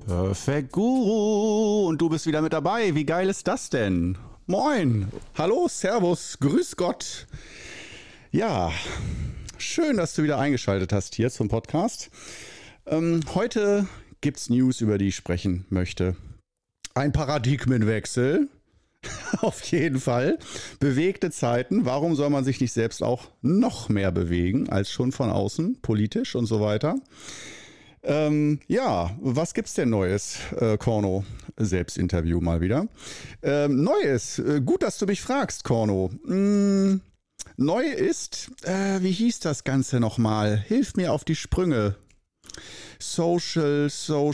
Perfekt, Guru. Und du bist wieder mit dabei. Wie geil ist das denn? Moin. Hallo, Servus, Grüß Gott. Ja, schön, dass du wieder eingeschaltet hast hier zum Podcast. Heute gibt's News, über die ich sprechen möchte. Ein Paradigmenwechsel. Auf jeden Fall. Bewegte Zeiten. Warum soll man sich nicht selbst auch noch mehr bewegen als schon von außen, politisch und so weiter? Ja, was gibt's denn Neues, Korno? Selbstinterview mal wieder. Neues, gut, dass du mich fragst, Korno. Neu ist, wie hieß das Ganze nochmal? Hilf mir auf die Sprünge. Social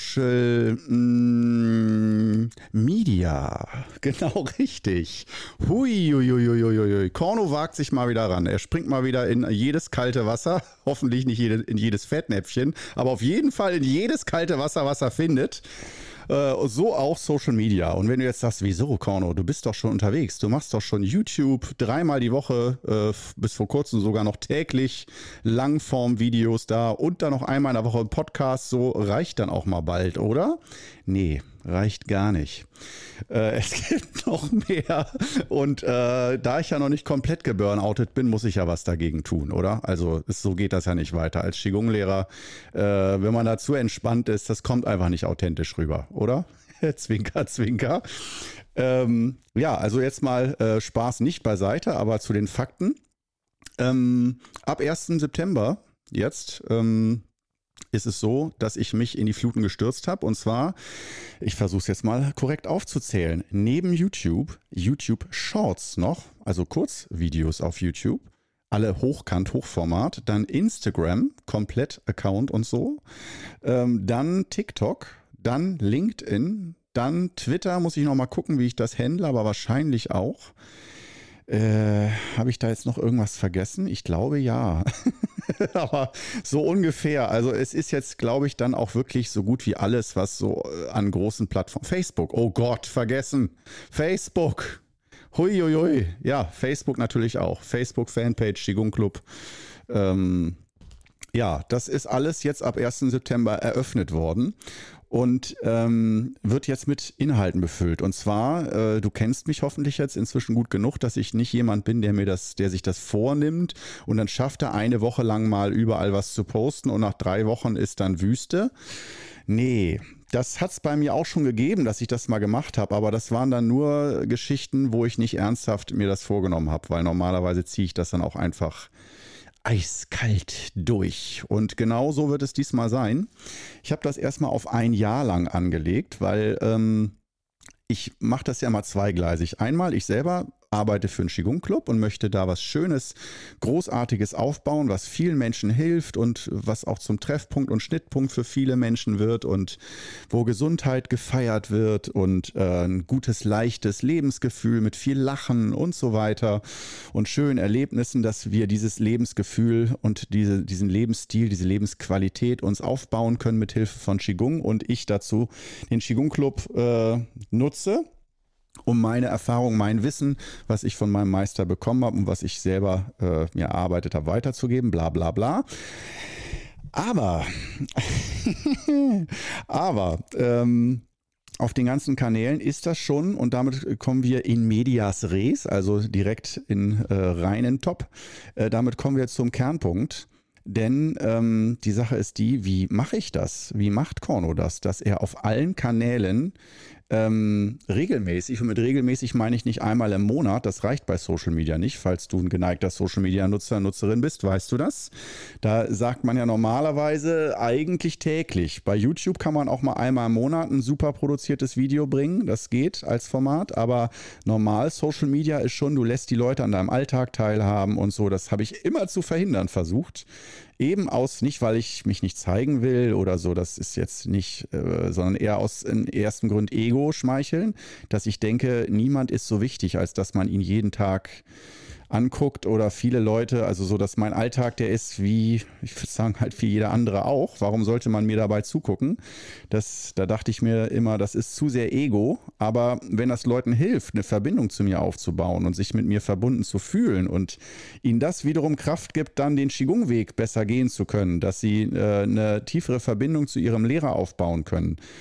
Media. Genau richtig. Hui. Korno wagt sich mal wieder ran. Er springt mal wieder in jedes kalte Wasser. Hoffentlich nicht in jedes Fettnäpfchen, aber auf jeden Fall in jedes kalte Wasser, was er findet. So auch Social Media. Und wenn du jetzt sagst, wieso, Korno, du bist doch schon unterwegs, du machst doch schon YouTube 3-mal die Woche, bis vor kurzem sogar noch täglich Langform-Videos da und dann noch einmal in der Woche ein Podcast, so reicht dann auch mal bald, oder? Nee, reicht gar nicht. Es gibt noch mehr und da ich ja noch nicht komplett geburnoutet bin, muss ich ja was dagegen tun, oder? Also so geht das ja nicht weiter. Als Qigong-Lehrer, wenn man da zu entspannt ist, das kommt einfach nicht authentisch rüber, oder? Zwinker, zwinker. Ja, also jetzt mal Spaß nicht beiseite, aber zu den Fakten. Ab 1. September jetzt ist es so, dass ich mich in die Fluten gestürzt habe. Und zwar, ich versuche es jetzt mal korrekt aufzuzählen. Neben YouTube Shorts noch, also Kurzvideos auf YouTube, alle hochkant, Hochformat. Dann Instagram, komplett Account und so. Dann TikTok, dann LinkedIn, dann Twitter, muss ich noch mal gucken, wie ich das handle, aber wahrscheinlich auch. Habe ich da jetzt noch irgendwas vergessen? Ich glaube ja. Aber so ungefähr. Also es ist jetzt, glaube ich, dann auch wirklich so gut wie alles, was so an großen Plattformen. Facebook, oh Gott, vergessen. Facebook. Huiuiui. Ja, Facebook natürlich auch. Facebook Fanpage, Qigong Club. Ja, das ist alles jetzt ab 1. September eröffnet worden. Und wird jetzt mit Inhalten befüllt. Und zwar, du kennst mich hoffentlich jetzt inzwischen gut genug, dass ich nicht jemand bin, der sich das vornimmt und dann schafft er eine Woche lang mal überall was zu posten und nach 3 Wochen ist dann Wüste. Nee, das hat es bei mir auch schon gegeben, dass ich das mal gemacht habe, aber das waren dann nur Geschichten, wo ich nicht ernsthaft mir das vorgenommen habe, weil normalerweise ziehe ich das dann auch einfach eiskalt durch. Und genau so wird es diesmal sein. Ich habe das erstmal auf 1 Jahr lang angelegt, weil ich mache das ja mal zweigleisig. Einmal, ich selber arbeite für einen Qigong Club und möchte da was Schönes, Großartiges aufbauen, was vielen Menschen hilft und was auch zum Treffpunkt und Schnittpunkt für viele Menschen wird und wo Gesundheit gefeiert wird und ein gutes, leichtes Lebensgefühl mit viel Lachen und so weiter und schönen Erlebnissen, dass wir dieses Lebensgefühl und diesen Lebensstil, diese Lebensqualität uns aufbauen können mit Hilfe von Qigong und ich dazu den Qigong Club nutze, um meine Erfahrung, mein Wissen, was ich von meinem Meister bekommen habe und was ich selber mir erarbeitet habe, weiterzugeben, bla bla bla. Aber auf den ganzen Kanälen ist das schon und damit kommen wir in medias res, also direkt in reinen Top. Damit kommen wir zum Kernpunkt. Denn die Sache ist die, wie mache ich das? Wie macht Korno das? Dass er auf allen Kanälen regelmäßig, und mit regelmäßig meine ich nicht einmal im Monat, das reicht bei Social Media nicht, falls du ein geneigter Social Media Nutzer, Nutzerin bist, weißt du das? Da sagt man ja normalerweise eigentlich täglich. Bei YouTube kann man auch mal einmal im Monat ein super produziertes Video bringen, das geht als Format, aber normal Social Media ist schon, du lässt die Leute an deinem Alltag teilhaben und so, das habe ich immer zu verhindern versucht. Eben nicht, weil ich mich nicht zeigen will oder so, das ist jetzt nicht, sondern eher aus dem ersten Grund Ego schmeicheln, dass ich denke, niemand ist so wichtig, als dass man ihn jeden Tag anguckt oder viele Leute, also so, dass mein Alltag, der ist wie, ich würde sagen, halt wie jeder andere auch. Warum sollte man mir dabei zugucken? Da dachte ich mir immer, das ist zu sehr Ego. Aber wenn das Leuten hilft, eine Verbindung zu mir aufzubauen und sich mit mir verbunden zu fühlen und ihnen das wiederum Kraft gibt, dann den Qigong-Weg besser gehen zu können, dass sie eine tiefere Verbindung zu ihrem Lehrer aufbauen können,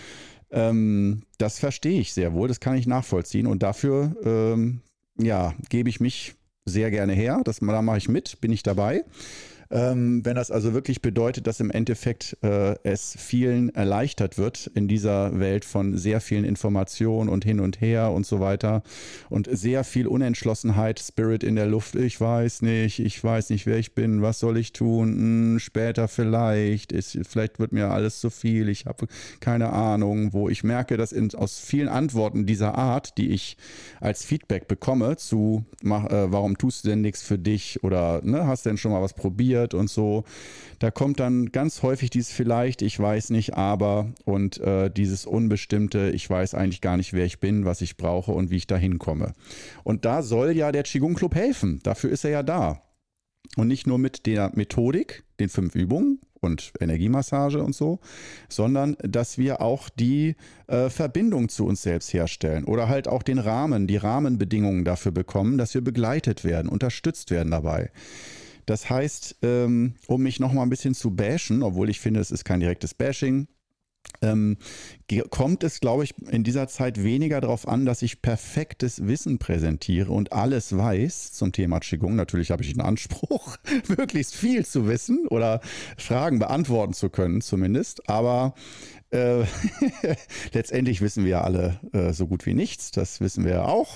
Das verstehe ich sehr wohl, das kann ich nachvollziehen und dafür gebe ich mich sehr gerne her. Da mache ich mit, bin ich dabei. Wenn das also wirklich bedeutet, dass im Endeffekt es vielen erleichtert wird in dieser Welt von sehr vielen Informationen und hin und her und so weiter und sehr viel Unentschlossenheit, Spirit in der Luft, ich weiß nicht, wer ich bin, was soll ich tun, später vielleicht wird mir alles zu viel, ich habe keine Ahnung, wo ich merke, dass aus vielen Antworten dieser Art, die ich als Feedback bekomme warum tust du denn nichts für dich oder hast denn schon mal was probiert und so. Da kommt dann ganz häufig dieses vielleicht, ich weiß nicht, aber und dieses Unbestimmte, ich weiß eigentlich gar nicht, wer ich bin, was ich brauche und wie ich da hinkomme. Und da soll ja der Qigong Club helfen. Dafür ist er ja da. Und nicht nur mit der Methodik, den 5 Übungen und Energiemassage und so, sondern dass wir auch die Verbindung zu uns selbst herstellen oder halt auch die Rahmenbedingungen dafür bekommen, dass wir begleitet werden, unterstützt werden dabei. Das heißt, um mich noch mal ein bisschen zu bashen, obwohl ich finde, es ist kein direktes Bashing, kommt es, glaube ich, in dieser Zeit weniger darauf an, dass ich perfektes Wissen präsentiere und alles weiß zum Thema Qigong. Natürlich habe ich den Anspruch, möglichst viel zu wissen oder Fragen beantworten zu können zumindest. Aber letztendlich wissen wir alle so gut wie nichts. Das wissen wir ja auch.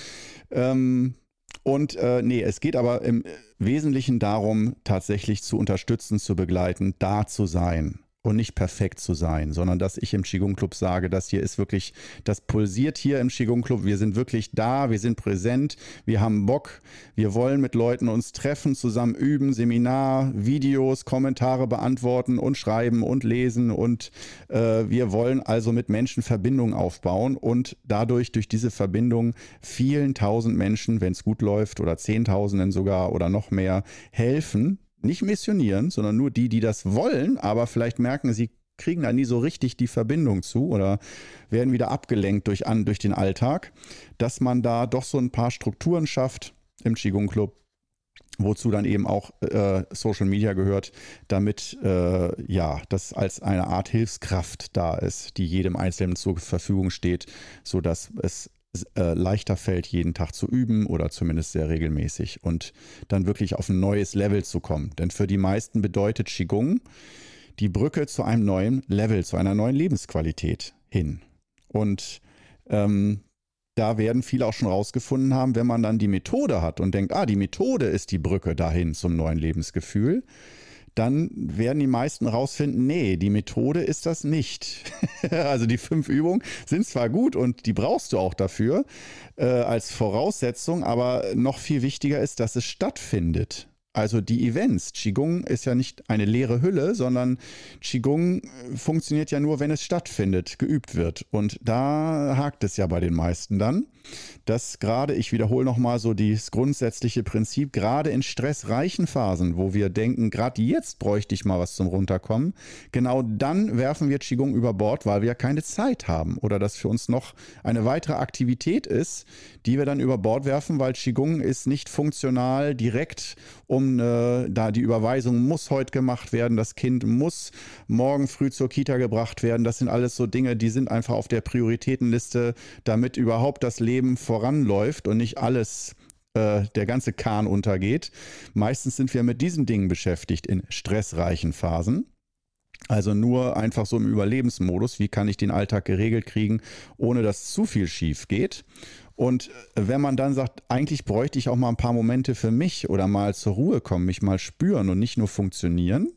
Es geht aber im Wesentlichen darum, tatsächlich zu unterstützen, zu begleiten, da zu sein und nicht perfekt zu sein, sondern dass ich im Qigong Club sage, das hier ist wirklich, das pulsiert hier im Qigong Club, wir sind wirklich da, wir sind präsent, wir haben Bock, wir wollen mit Leuten uns treffen, zusammen üben, Seminar, Videos, Kommentare beantworten und schreiben und lesen und wir wollen also mit Menschen Verbindungen aufbauen und dadurch, durch diese Verbindung vielen tausend Menschen, wenn es gut läuft oder Zehntausenden sogar oder noch mehr, helfen, nicht missionieren, sondern nur die das wollen, aber vielleicht merken, sie kriegen da nie so richtig die Verbindung zu oder werden wieder abgelenkt durch den Alltag, dass man da doch so ein paar Strukturen schafft im Qigong Club, wozu dann eben auch Social Media gehört, damit das als eine Art Hilfskraft da ist, die jedem Einzelnen zur Verfügung steht, sodass es leichter fällt, jeden Tag zu üben oder zumindest sehr regelmäßig und dann wirklich auf ein neues Level zu kommen. Denn für die meisten bedeutet Qigong die Brücke zu einem neuen Level, zu einer neuen Lebensqualität hin. Und da werden viele auch schon rausgefunden haben, wenn man dann die Methode hat und denkt, die Methode ist die Brücke dahin zum neuen Lebensgefühl, dann werden die meisten rausfinden, nee, die Methode ist das nicht. Also die 5 Übungen sind zwar gut und die brauchst du auch dafür als Voraussetzung, aber noch viel wichtiger ist, dass es stattfindet. Also die Events. Qigong ist ja nicht eine leere Hülle, sondern Qigong funktioniert ja nur, wenn es stattfindet, geübt wird. Und da hakt es ja bei den meisten dann, dass gerade, ich wiederhole nochmal so das grundsätzliche Prinzip, gerade in stressreichen Phasen, wo wir denken, gerade jetzt bräuchte ich mal was zum Runterkommen, genau dann werfen wir Qigong über Bord, weil wir ja keine Zeit haben oder das für uns noch eine weitere Aktivität ist, die wir dann über Bord werfen, weil Qigong ist nicht funktional direkt, da die Überweisung muss heute gemacht werden, das Kind muss morgen früh zur Kita gebracht werden. Das sind alles so Dinge, die sind einfach auf der Prioritätenliste, damit überhaupt das Leben voranläuft und nicht alles, der ganze Kahn untergeht. Meistens sind wir mit diesen Dingen beschäftigt in stressreichen Phasen. Also nur einfach so im Überlebensmodus, wie kann ich den Alltag geregelt kriegen, ohne dass zu viel schief geht. Und wenn man dann sagt, eigentlich bräuchte ich auch mal ein paar Momente für mich oder mal zur Ruhe kommen, mich mal spüren und nicht nur funktionieren,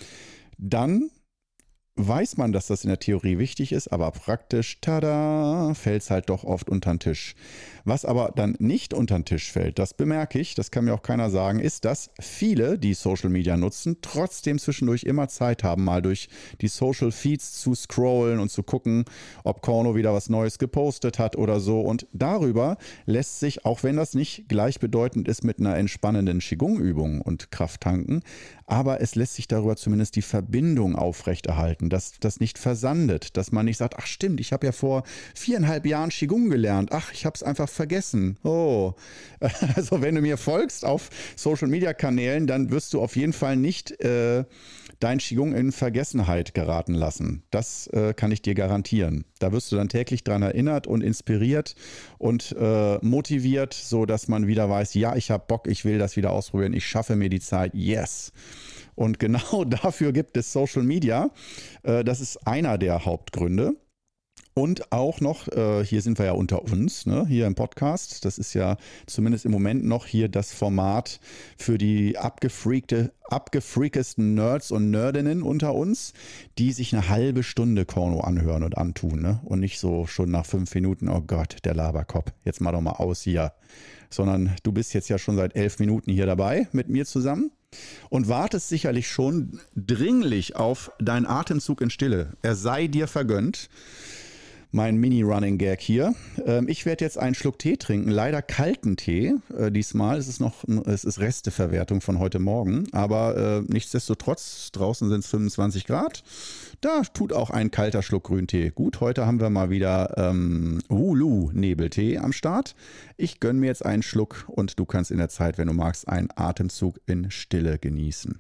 dann weiß man, dass das in der Theorie wichtig ist, aber praktisch, tada, fällt es halt doch oft unter den Tisch. Was aber dann nicht unter den Tisch fällt, das bemerke ich, das kann mir auch keiner sagen, ist, dass viele, die Social Media nutzen, trotzdem zwischendurch immer Zeit haben, mal durch die Social Feeds zu scrollen und zu gucken, ob Korno wieder was Neues gepostet hat oder so. Und darüber lässt sich, auch wenn das nicht gleichbedeutend ist mit einer entspannenden Qigong-Übung und Krafttanken, aber es lässt sich darüber zumindest die Verbindung aufrechterhalten, dass das nicht versandet, dass man nicht sagt, ach stimmt, ich habe ja vor 4,5 Jahren Qigong gelernt, ach, ich habe es einfach vergessen. Oh, also wenn du mir folgst auf Social-Media-Kanälen, dann wirst du auf jeden Fall nicht dein Qigong in Vergessenheit geraten lassen. Das kann ich dir garantieren. Da wirst du dann täglich dran erinnert und inspiriert und motiviert, so dass man wieder weiß, ja, ich habe Bock, ich will das wieder ausprobieren, ich schaffe mir die Zeit, yes. Und genau dafür gibt es Social Media. Das ist einer der Hauptgründe. Und auch noch, hier sind wir ja unter uns, ne, hier im Podcast. Das ist ja zumindest im Moment noch hier das Format für die abgefreakesten Nerds und Nerdinnen unter uns, die sich eine halbe Stunde Korno anhören und antun. Ne? Und nicht so schon nach 5 Minuten, oh Gott, der Laberkopf, jetzt mach doch mal aus hier. Sondern du bist jetzt ja schon seit 11 Minuten hier dabei mit mir zusammen. Und wartest sicherlich schon dringlich auf deinen Atemzug in Stille. Er sei dir vergönnt. Mein Mini-Running-Gag hier. Ich werde jetzt einen Schluck Tee trinken, leider kalten Tee. Diesmal ist es ist Resteverwertung von heute Morgen, aber nichtsdestotrotz, draußen sind es 25 Grad. Da tut auch ein kalter Schluck Grüntee gut. Heute haben wir mal wieder Wulu-Nebeltee am Start. Ich gönne mir jetzt einen Schluck und du kannst in der Zeit, wenn du magst, einen Atemzug in Stille genießen.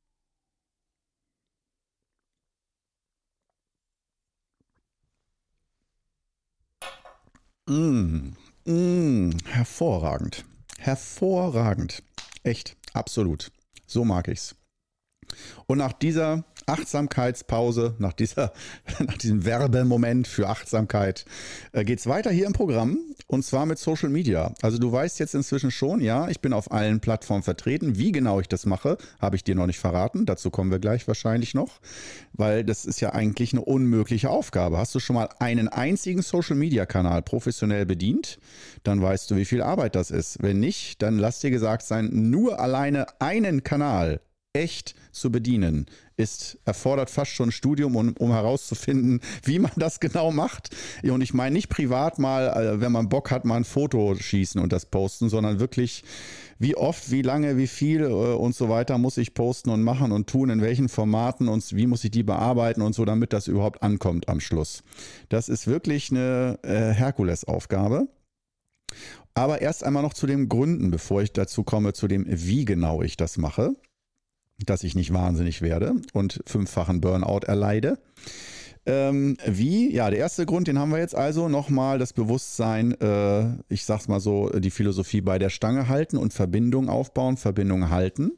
Hervorragend. Hervorragend. Echt, absolut. So mag ich's. Und nach dieser Achtsamkeitspause, nach diesem Werbemoment für Achtsamkeit, geht es weiter hier im Programm und zwar mit Social Media. Also du weißt jetzt inzwischen schon, ja, ich bin auf allen Plattformen vertreten. Wie genau ich das mache, habe ich dir noch nicht verraten. Dazu kommen wir gleich wahrscheinlich noch, weil das ist ja eigentlich eine unmögliche Aufgabe. Hast du schon mal einen einzigen Social Media Kanal professionell bedient? Dann weißt du, wie viel Arbeit das ist. Wenn nicht, dann lass dir gesagt sein, nur alleine einen Kanal echt zu bedienen, erfordert fast schon ein Studium, um herauszufinden, wie man das genau macht. Und ich meine nicht privat mal, wenn man Bock hat, mal ein Foto schießen und das posten, sondern wirklich, wie oft, wie lange, wie viel und so weiter muss ich posten und machen und tun, in welchen Formaten und wie muss ich die bearbeiten und so, damit das überhaupt ankommt am Schluss. Das ist wirklich eine Herkulesaufgabe. Aber erst einmal noch zu den Gründen, bevor ich dazu komme, zu dem, wie genau ich das mache, dass ich nicht wahnsinnig werde und 5-fachen Burnout erleide. Wie? Ja, der erste Grund, den haben wir jetzt also nochmal, das Bewusstsein, ich sag's mal so, die Philosophie bei der Stange halten und Verbindung aufbauen, Verbindung halten.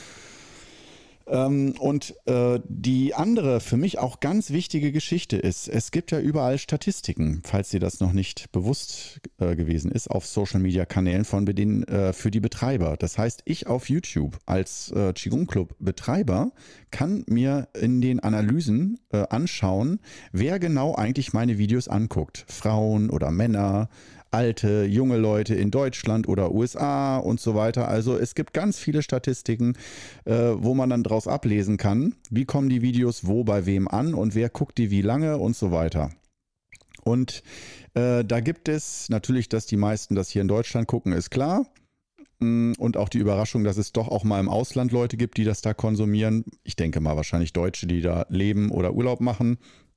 Und die andere, für mich auch ganz wichtige Geschichte ist, es gibt ja überall Statistiken, falls dir das noch nicht bewusst gewesen ist, auf Social-Media-Kanälen für die Betreiber. Das heißt, ich auf YouTube als Qigong Club-Betreiber kann mir in den Analysen anschauen, wer genau eigentlich meine Videos anguckt. Frauen oder Männer, alte, junge Leute in Deutschland oder USA und so weiter. Also es gibt ganz viele Statistiken, wo man dann daraus ablesen kann, wie kommen die Videos wo bei wem an und wer guckt die wie lange und so weiter. Und da gibt es natürlich, dass die meisten das hier in Deutschland gucken, ist klar. Und auch die Überraschung, dass es doch auch mal im Ausland Leute gibt, die das da konsumieren. Ich denke mal wahrscheinlich Deutsche, die da leben oder Urlaub machen.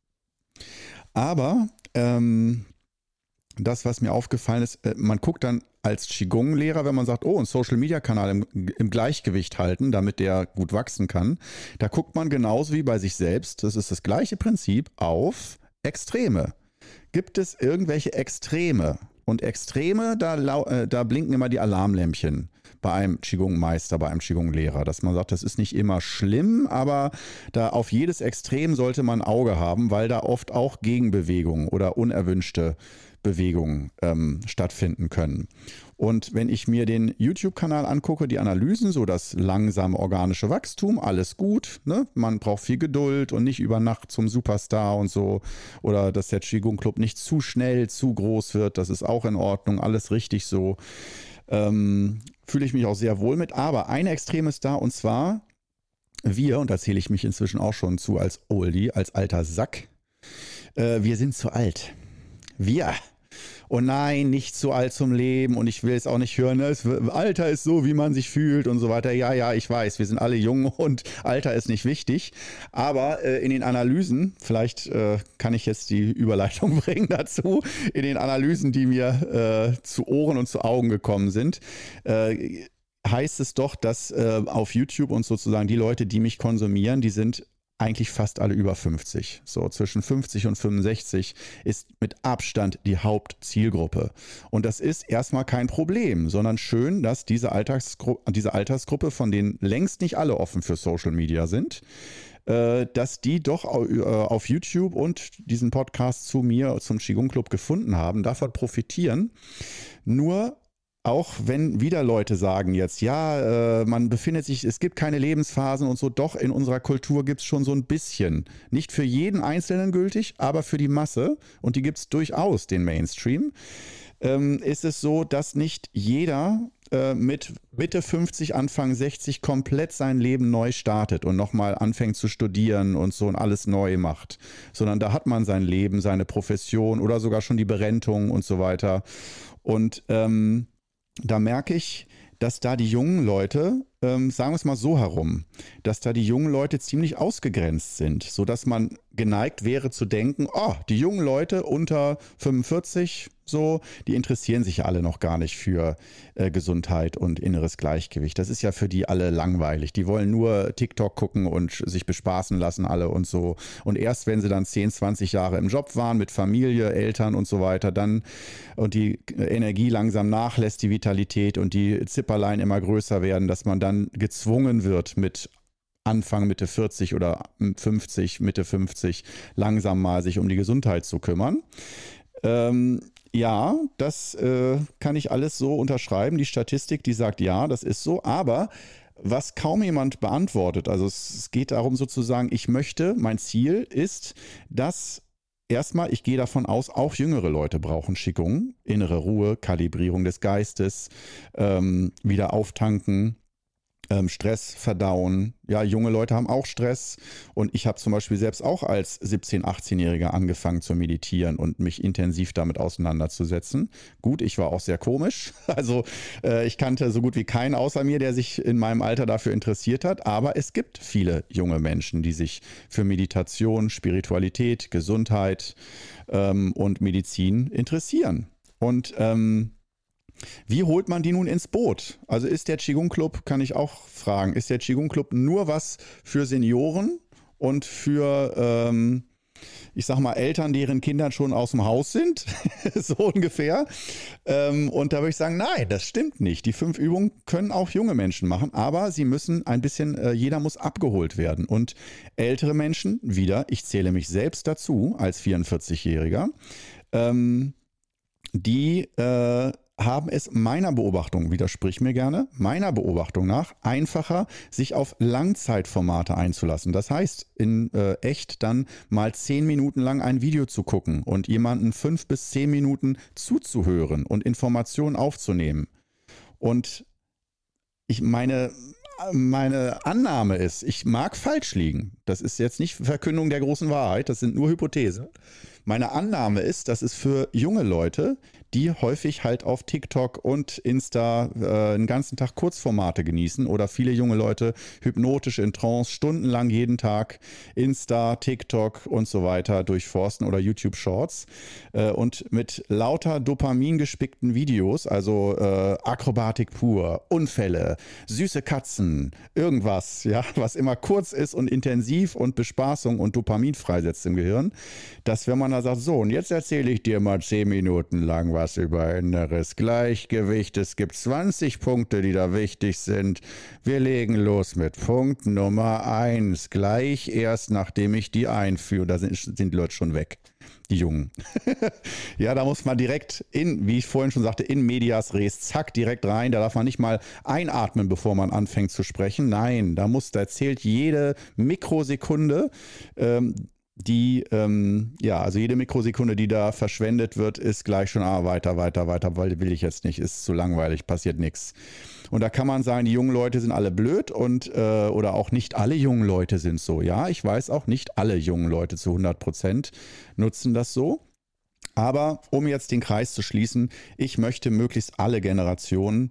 Aber das, was mir aufgefallen ist, man guckt dann als Qigong-Lehrer, wenn man sagt, oh, einen Social-Media-Kanal im Gleichgewicht halten, damit der gut wachsen kann, da guckt man genauso wie bei sich selbst, das ist das gleiche Prinzip, auf Extreme. Gibt es irgendwelche Extreme? Und Extreme, da blinken immer die Alarmlämpchen bei einem Qigong-Meister, bei einem Qigong-Lehrer, dass man sagt, das ist nicht immer schlimm, aber da auf jedes Extrem sollte man ein Auge haben, weil da oft auch Gegenbewegungen oder unerwünschte Bewegungen stattfinden können. Und wenn ich mir den YouTube-Kanal angucke, die Analysen, so das langsame organische Wachstum, alles gut, ne? Man braucht viel Geduld und nicht über Nacht zum Superstar und so, oder dass der Qigong Club nicht zu schnell, zu groß wird, das ist auch in Ordnung, alles richtig so. Fühle ich mich auch sehr wohl mit, aber ein Extrem ist da und zwar wir, und da zähle ich mich inzwischen auch schon zu als Oldie, als alter Sack, wir sind zu alt. Wir. oh nein, nicht zu alt zum Leben und ich will es auch nicht hören, Alter ist so, wie man sich fühlt und so weiter. Ja, ich weiß, wir sind alle jung und Alter ist nicht wichtig, aber in den Analysen, vielleicht kann ich jetzt die Überleitung bringen dazu, in den Analysen, die mir zu Ohren und zu Augen gekommen sind, heißt es doch, dass auf YouTube und sozusagen die Leute, die mich konsumieren, die sind eigentlich fast alle über 50. So zwischen 50 und 65 ist mit Abstand die Hauptzielgruppe. Und das ist erstmal kein Problem, sondern schön, dass diese Altersgruppe, von denen längst nicht alle offen für Social Media sind, dass die doch auf YouTube und diesen Podcast zu mir, zum Qigong Club gefunden haben, davon profitieren. Nur auch wenn wieder Leute sagen jetzt, ja, man befindet sich, es gibt keine Lebensphasen und so, doch in unserer Kultur gibt es schon so ein bisschen. Nicht für jeden Einzelnen gültig, aber für die Masse, und die gibt es durchaus, den Mainstream, ist es so, dass nicht jeder mit Mitte 50, Anfang 60 komplett sein Leben neu startet und nochmal anfängt zu studieren und so und alles neu macht, sondern da hat man sein Leben, seine Profession oder sogar schon die Berentung und so weiter. Und da merke ich, dass da die jungen Leute, sagen wir es mal so herum, dass da die jungen Leute ziemlich ausgegrenzt sind, sodass man geneigt wäre zu denken, oh, die jungen Leute unter 45, so, die interessieren sich ja alle noch gar nicht für Gesundheit und inneres Gleichgewicht. Das ist ja für die alle langweilig. Die wollen nur TikTok gucken und sich bespaßen lassen alle und so. Und erst wenn sie dann 10, 20 Jahre im Job waren, mit Familie, Eltern und so weiter, dann und die Energie langsam nachlässt, die Vitalität und die Zipperlein immer größer werden, dass man dann gezwungen wird mit Anfang Mitte 40 oder 50, Mitte 50 langsam mal sich um die Gesundheit zu kümmern. Ja, das kann ich alles so unterschreiben. Die Statistik, die sagt, ja, das ist so. Aber was kaum jemand beantwortet, also es geht darum sozusagen, mein Ziel ist, dass erstmal, ich gehe davon aus, auch jüngere Leute brauchen Qigong, innere Ruhe, Kalibrierung des Geistes, wieder auftanken, Stress verdauen. Ja, junge Leute haben auch Stress und ich habe zum Beispiel selbst auch als 17-, 18-Jähriger angefangen zu meditieren und mich intensiv damit auseinanderzusetzen. Gut, ich war auch sehr komisch, also ich kannte so gut wie keinen außer mir, der sich in meinem Alter dafür interessiert hat, aber es gibt viele junge Menschen, die sich für Meditation, Spiritualität, Gesundheit und Medizin interessieren. Und wie holt man die nun ins Boot? Also ist der Qigong Club, kann ich auch fragen, ist der Qigong Club nur was für Senioren und für, ich sag mal, Eltern, deren Kinder schon aus dem Haus sind? So ungefähr. Und da würde ich sagen, nein, das stimmt nicht. Die 5 Übungen können auch junge Menschen machen, aber sie müssen ein bisschen, jeder muss abgeholt werden. Und ältere Menschen, wieder, ich zähle mich selbst dazu als 44-Jähriger, die haben es meiner Beobachtung, widersprich mir gerne, meiner Beobachtung nach einfacher, sich auf Langzeitformate einzulassen. Das heißt, in echt dann mal 10 Minuten lang ein Video zu gucken und jemanden 5 bis 10 Minuten zuzuhören und Informationen aufzunehmen. Und meine Annahme ist, ich mag falsch liegen. Das ist jetzt nicht Verkündung der großen Wahrheit, das sind nur Hypothesen. Meine Annahme ist, dass es für junge Leute, die häufig halt auf TikTok und Insta den ganzen Tag Kurzformate genießen oder viele junge Leute hypnotisch in Trance stundenlang jeden Tag Insta, TikTok und so weiter durchforsten oder YouTube Shorts und mit lauter Dopamin gespickten Videos, also Akrobatik pur, Unfälle, süße Katzen, irgendwas, ja, was immer kurz ist und intensiv und Bespaßung und Dopamin freisetzt im Gehirn, dass wenn man da sagt, so und jetzt erzähle ich dir mal 10 Minuten lang was über inneres Gleichgewicht. Es gibt 20 Punkte, die da wichtig sind. Wir legen los mit Punkt Nummer 1. Gleich erst, nachdem ich die einführe. Da sind die Leute schon weg, die Jungen. Ja, da muss man direkt wie ich vorhin schon sagte, in medias res, zack, direkt rein. Da darf man nicht mal einatmen, bevor man anfängt zu sprechen. Nein, da zählt jede Mikrosekunde, also jede Mikrosekunde, die da verschwendet wird, ist gleich schon, weiter, weil will ich jetzt nicht, ist zu langweilig, passiert nichts. Und da kann man sagen, die jungen Leute sind alle blöd oder auch nicht alle jungen Leute sind so. Ja, ich weiß auch, nicht alle jungen Leute zu 100% nutzen das so. Aber um jetzt den Kreis zu schließen, ich möchte möglichst allen Generationen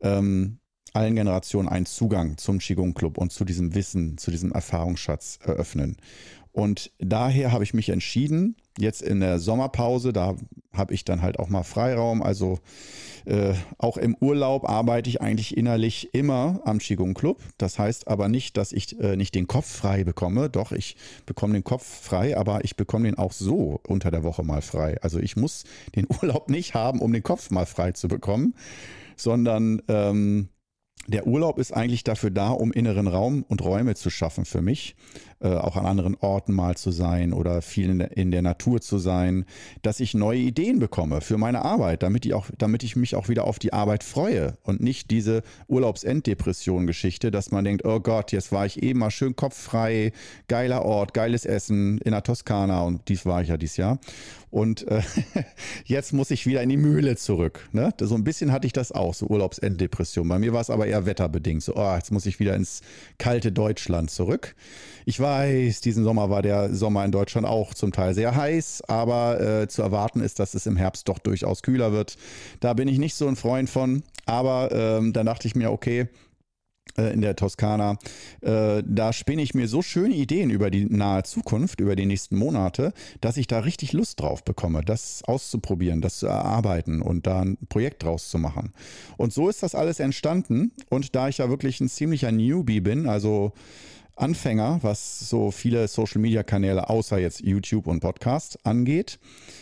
einen Zugang zum Qigong Club und zu diesem Wissen, zu diesem Erfahrungsschatz eröffnen. Und daher habe ich mich entschieden, jetzt in der Sommerpause, da habe ich dann halt auch mal Freiraum, also auch im Urlaub arbeite ich eigentlich innerlich immer am Qigong Club. Das heißt aber nicht, dass ich nicht den Kopf frei bekomme. Doch, ich bekomme den Kopf frei, aber ich bekomme den auch so unter der Woche mal frei. Also ich muss den Urlaub nicht haben, um den Kopf mal frei zu bekommen, sondern der Urlaub ist eigentlich dafür da, um inneren Raum und Räume zu schaffen für mich, auch an anderen Orten mal zu sein oder viel in der Natur zu sein, dass ich neue Ideen bekomme für meine Arbeit, damit ich mich auch wieder auf die Arbeit freue und nicht diese Urlaubsenddepression-Geschichte, dass man denkt, oh Gott, jetzt war ich eben mal schön kopffrei, geiler Ort, geiles Essen in der Toskana und dies war ich ja dieses Jahr. Und jetzt muss ich wieder in die Mühle zurück. Ne? So ein bisschen hatte ich das auch, so Urlaubsenddepression. Bei mir war es aber eher wetterbedingt. So, oh, jetzt muss ich wieder ins kalte Deutschland zurück. Ich weiß, diesen Sommer war der Sommer in Deutschland auch zum Teil sehr heiß, aber zu erwarten ist, dass es im Herbst doch durchaus kühler wird. Da bin ich nicht so ein Freund von. Aber dann dachte ich mir, okay, in der Toskana, da spinne ich mir so schöne Ideen über die nahe Zukunft, über die nächsten Monate, dass ich da richtig Lust drauf bekomme, das auszuprobieren, das zu erarbeiten und da ein Projekt draus zu machen. Und so ist das alles entstanden. Und da ich ja wirklich ein ziemlicher Newbie bin, also Anfänger, was so viele Social-Media-Kanäle außer jetzt YouTube und Podcast angeht,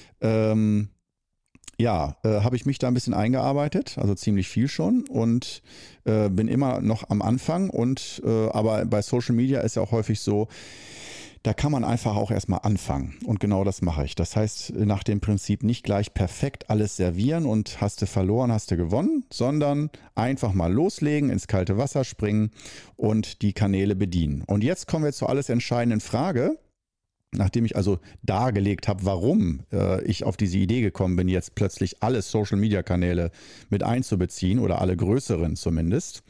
habe ich mich da ein bisschen eingearbeitet, also ziemlich viel schon und bin immer noch am Anfang aber bei Social Media ist ja auch häufig so, da kann man einfach auch erstmal anfangen und genau das mache ich. Das heißt, nach dem Prinzip nicht gleich perfekt alles servieren und hast du verloren, hast du gewonnen, sondern einfach mal loslegen, ins kalte Wasser springen und die Kanäle bedienen. Und jetzt kommen wir zur alles entscheidenden Frage. Nachdem ich also dargelegt habe, warum ich auf diese Idee gekommen bin, jetzt plötzlich alle Social-Media-Kanäle mit einzubeziehen oder alle größeren zumindest.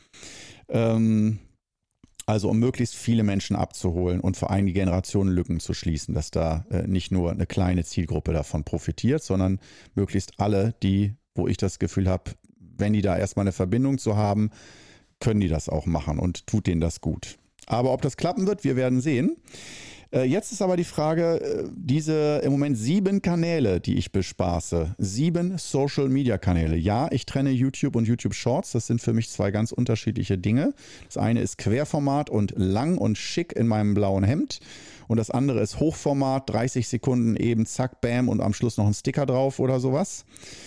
Also um möglichst viele Menschen abzuholen und vor allem die Generationenlücken zu schließen, dass da nicht nur eine kleine Zielgruppe davon profitiert, sondern möglichst alle, wo ich das Gefühl habe, wenn die da erstmal eine Verbindung zu haben, können die das auch machen und tut denen das gut. Aber ob das klappen wird, wir werden sehen. Jetzt ist aber die Frage, diese im Moment 7 Kanäle, die ich bespaße, 7 Social-Media-Kanäle. Ja, ich trenne YouTube und YouTube Shorts, das sind für mich 2 ganz unterschiedliche Dinge. Das eine ist Querformat und lang und schick in meinem blauen Hemd und das andere ist Hochformat, 30 Sekunden eben, zack, bam und am Schluss noch ein Sticker drauf oder sowas.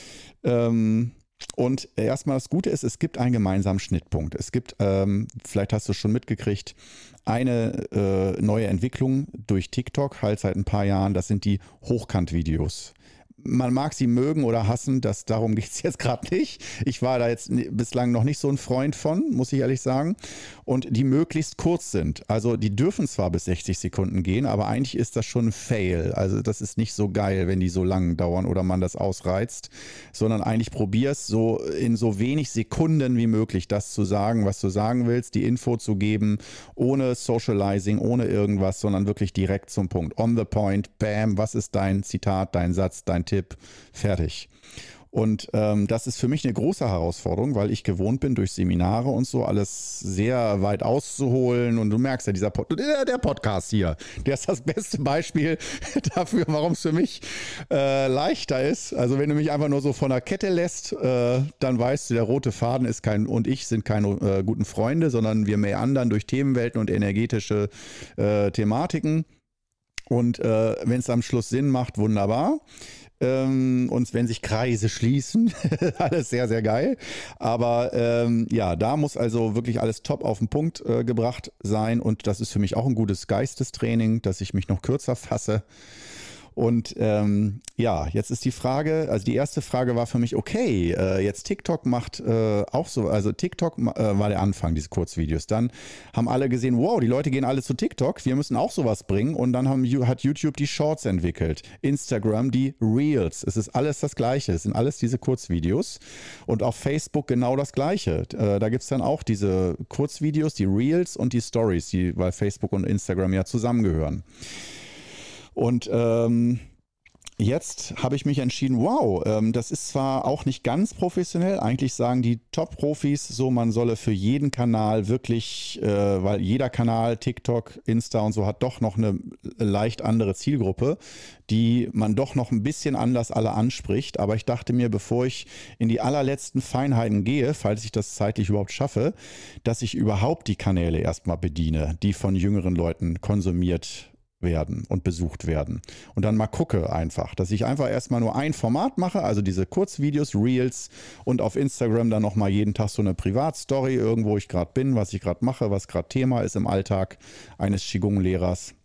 Und erstmal das Gute ist, es gibt einen gemeinsamen Schnittpunkt. Es gibt, vielleicht hast du es schon mitgekriegt, eine neue Entwicklung durch TikTok, halt seit ein paar Jahren, das sind die Hochkant-Videos. Man mag sie mögen oder hassen, darum geht es jetzt gerade nicht. Ich war da jetzt bislang noch nicht so ein Freund von, muss ich ehrlich sagen. Und die möglichst kurz sind. Also die dürfen zwar bis 60 Sekunden gehen, aber eigentlich ist das schon ein Fail. Also das ist nicht so geil, wenn die so lang dauern oder man das ausreizt, sondern eigentlich probier's so in so wenig Sekunden wie möglich das zu sagen, was du sagen willst, die Info zu geben, ohne Socializing, ohne irgendwas, sondern wirklich direkt zum Punkt. On the point, bam, was ist dein Zitat, dein Satz, dein Tipp, fertig. Und das ist für mich eine große Herausforderung, weil ich gewohnt bin, durch Seminare und so alles sehr weit auszuholen. Und du merkst ja, der Podcast hier, der ist das beste Beispiel dafür, warum es für mich leichter ist. Also wenn du mich einfach nur so von der Kette lässt, dann weißt du, der rote Faden ist und ich sind keine guten Freunde, sondern wir meandern durch Themenwelten und energetische Thematiken. Und wenn es am Schluss Sinn macht, wunderbar. Und wenn sich Kreise schließen, alles sehr, sehr geil. Aber da muss also wirklich alles top auf den Punkt gebracht sein. Und das ist für mich auch ein gutes Geistestraining, dass ich mich noch kürzer fasse. Und jetzt ist die Frage, also die erste Frage war für mich, okay, jetzt TikTok macht auch so, also TikTok war der Anfang, diese Kurzvideos. Dann haben alle gesehen, wow, die Leute gehen alle zu TikTok, wir müssen auch sowas bringen. Und dann hat YouTube die Shorts entwickelt, Instagram die Reels. Es ist alles das Gleiche, es sind alles diese Kurzvideos. Und auf Facebook genau das Gleiche. Da gibt es dann auch diese Kurzvideos, die Reels und die Stories, weil Facebook und Instagram ja zusammengehören. Und jetzt habe ich mich entschieden, wow, das ist zwar auch nicht ganz professionell, eigentlich sagen die Top-Profis so, man solle für jeden Kanal wirklich, weil jeder Kanal, TikTok, Insta und so, hat doch noch eine leicht andere Zielgruppe, die man doch noch ein bisschen anders alle anspricht. Aber ich dachte mir, bevor ich in die allerletzten Feinheiten gehe, falls ich das zeitlich überhaupt schaffe, dass ich überhaupt die Kanäle erstmal bediene, die von jüngeren Leuten konsumiert werden und besucht werden. Und dann mal gucke einfach, dass ich einfach erstmal nur ein Format mache, also diese Kurzvideos, Reels und auf Instagram dann nochmal jeden Tag so eine Privatstory, irgendwo ich gerade bin, was ich gerade mache, was gerade Thema ist im Alltag eines Qigong-Lehrers.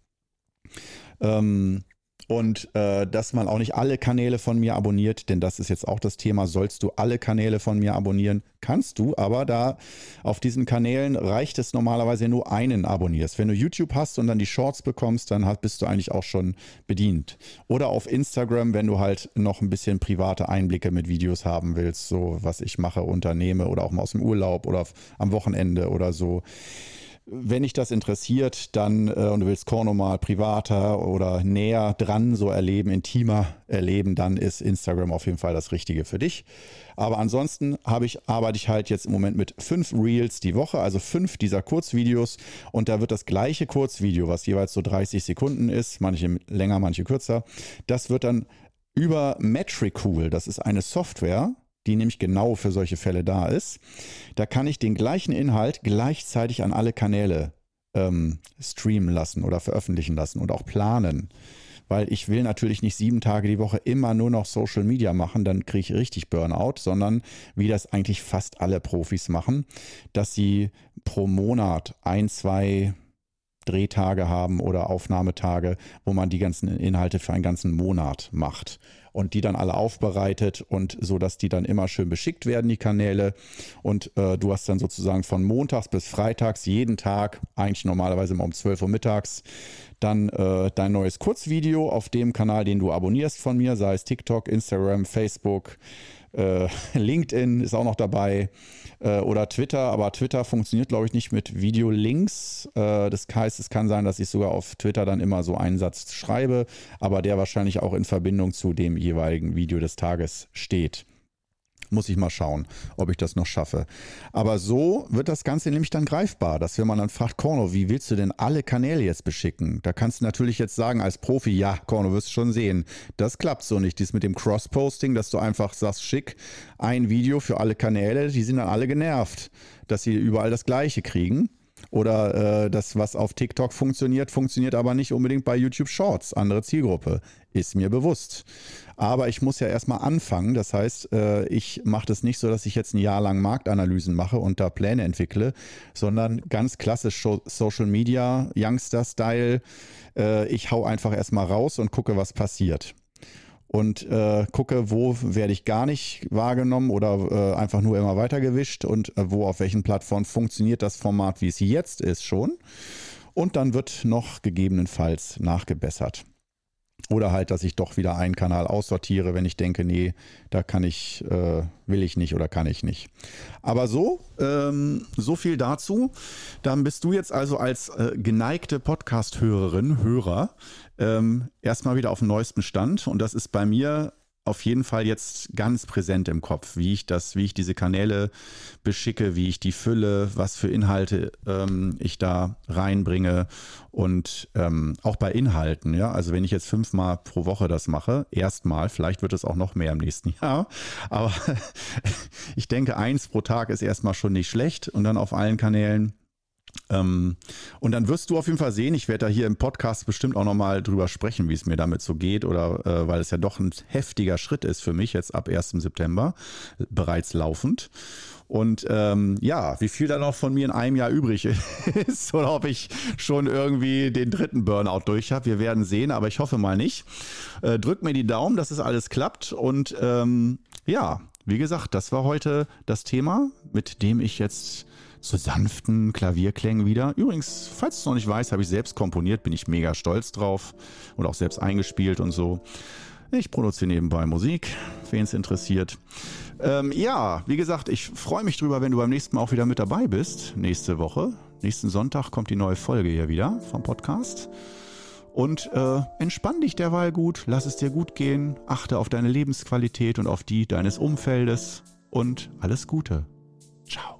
Dass man auch nicht alle Kanäle von mir abonniert, denn das ist jetzt auch das Thema, sollst du alle Kanäle von mir abonnieren? Kannst du, aber da auf diesen Kanälen reicht es normalerweise nur einen abonnierst. Wenn du YouTube hast und dann die Shorts bekommst, dann bist du eigentlich auch schon bedient. Oder auf Instagram, wenn du halt noch ein bisschen private Einblicke mit Videos haben willst, so was ich mache, unternehme oder auch mal aus dem Urlaub oder am Wochenende oder so. Wenn dich das interessiert, dann und du willst Korno mal privater oder näher dran so erleben, intimer erleben, dann ist Instagram auf jeden Fall das Richtige für dich. Aber ansonsten arbeite ich halt jetzt im Moment mit 5 Reels die Woche, also 5 dieser Kurzvideos, und da wird das gleiche Kurzvideo, was jeweils so 30 Sekunden ist, manche länger, manche kürzer, das wird dann über Metricool, das ist eine Software, die nämlich genau für solche Fälle da ist. Da kann ich den gleichen Inhalt gleichzeitig an alle Kanäle streamen lassen oder veröffentlichen lassen und auch planen. Weil ich will natürlich nicht 7 Tage die Woche immer nur noch Social Media machen, dann kriege ich richtig Burnout, sondern wie das eigentlich fast alle Profis machen, dass sie pro Monat 1, 2 Drehtage haben oder Aufnahmetage, wo man die ganzen Inhalte für einen ganzen Monat macht und die dann alle aufbereitet und so, dass die dann immer schön beschickt werden, die Kanäle, und du hast dann sozusagen von montags bis freitags jeden Tag, eigentlich normalerweise immer um 12 Uhr mittags, dann dein neues Kurzvideo auf dem Kanal, den du abonnierst von mir, sei es TikTok, Instagram, Facebook, LinkedIn ist auch noch dabei, oder Twitter, aber Twitter funktioniert, glaube ich, nicht mit Videolinks. Das heißt, es kann sein, dass ich sogar auf Twitter dann immer so einen Satz schreibe, aber der wahrscheinlich auch in Verbindung zu dem jeweiligen Video des Tages steht. Muss ich mal schauen, ob ich das noch schaffe. Aber so wird das Ganze nämlich dann greifbar, dass wenn man dann fragt, Korno, wie willst du denn alle Kanäle jetzt beschicken? Da kannst du natürlich jetzt sagen als Profi, ja, Korno, wirst du schon sehen. Das klappt so nicht. Dies mit dem Cross-Posting, dass du einfach sagst, schick ein Video für alle Kanäle, die sind dann alle genervt, dass sie überall das Gleiche kriegen. Oder das, was auf TikTok funktioniert, funktioniert aber nicht unbedingt bei YouTube Shorts. Andere Zielgruppe, ist mir bewusst. Aber ich muss ja erstmal anfangen. Das heißt, ich mache das nicht so, dass ich jetzt ein Jahr lang Marktanalysen mache und da Pläne entwickle, sondern ganz klassisch Social Media, Youngster-Style. Ich hau einfach erstmal raus und gucke, was passiert. Und gucke, wo werde ich gar nicht wahrgenommen oder einfach nur immer weitergewischt und wo auf welchen Plattformen funktioniert das Format, wie es jetzt ist, schon. Und dann wird noch gegebenenfalls nachgebessert. Oder halt, dass ich doch wieder einen Kanal aussortiere, wenn ich denke, nee, da kann ich, will ich nicht oder kann ich nicht. Aber so viel dazu. Dann bist du jetzt also als geneigte Podcast-Hörerin, Hörer, erstmal wieder auf dem neuesten Stand. Und das ist bei mir auf jeden Fall jetzt ganz präsent im Kopf, wie ich diese Kanäle beschicke, wie ich die fülle, was für Inhalte ich da reinbringe, und auch bei Inhalten, ja, also wenn ich jetzt 5-mal pro Woche das mache, erstmal, vielleicht wird es auch noch mehr im nächsten Jahr, aber ich denke, 1 pro Tag ist erstmal schon nicht schlecht, und dann auf allen Kanälen. Und dann wirst du auf jeden Fall sehen, ich werde da hier im Podcast bestimmt auch nochmal drüber sprechen, wie es mir damit so geht, oder weil es ja doch ein heftiger Schritt ist für mich jetzt ab 1. September, bereits laufend. Und wie viel da noch von mir in einem Jahr übrig ist oder ob ich schon irgendwie den 3. Burnout durch habe, wir werden sehen, aber ich hoffe mal nicht. Drück mir die Daumen, dass es alles klappt, und wie gesagt, das war heute das Thema, mit dem ich jetzt so sanften Klavierklängen wieder. Übrigens, falls du es noch nicht weißt, habe ich selbst komponiert, bin ich mega stolz drauf und auch selbst eingespielt und so. Ich produziere nebenbei Musik, wen es interessiert. Wie gesagt, ich freue mich drüber, wenn du beim nächsten Mal auch wieder mit dabei bist. Nächste Woche, nächsten Sonntag kommt die neue Folge hier wieder vom Podcast. Und entspann dich derweil gut, lass es dir gut gehen, achte auf deine Lebensqualität und auf die deines Umfeldes und alles Gute. Ciao.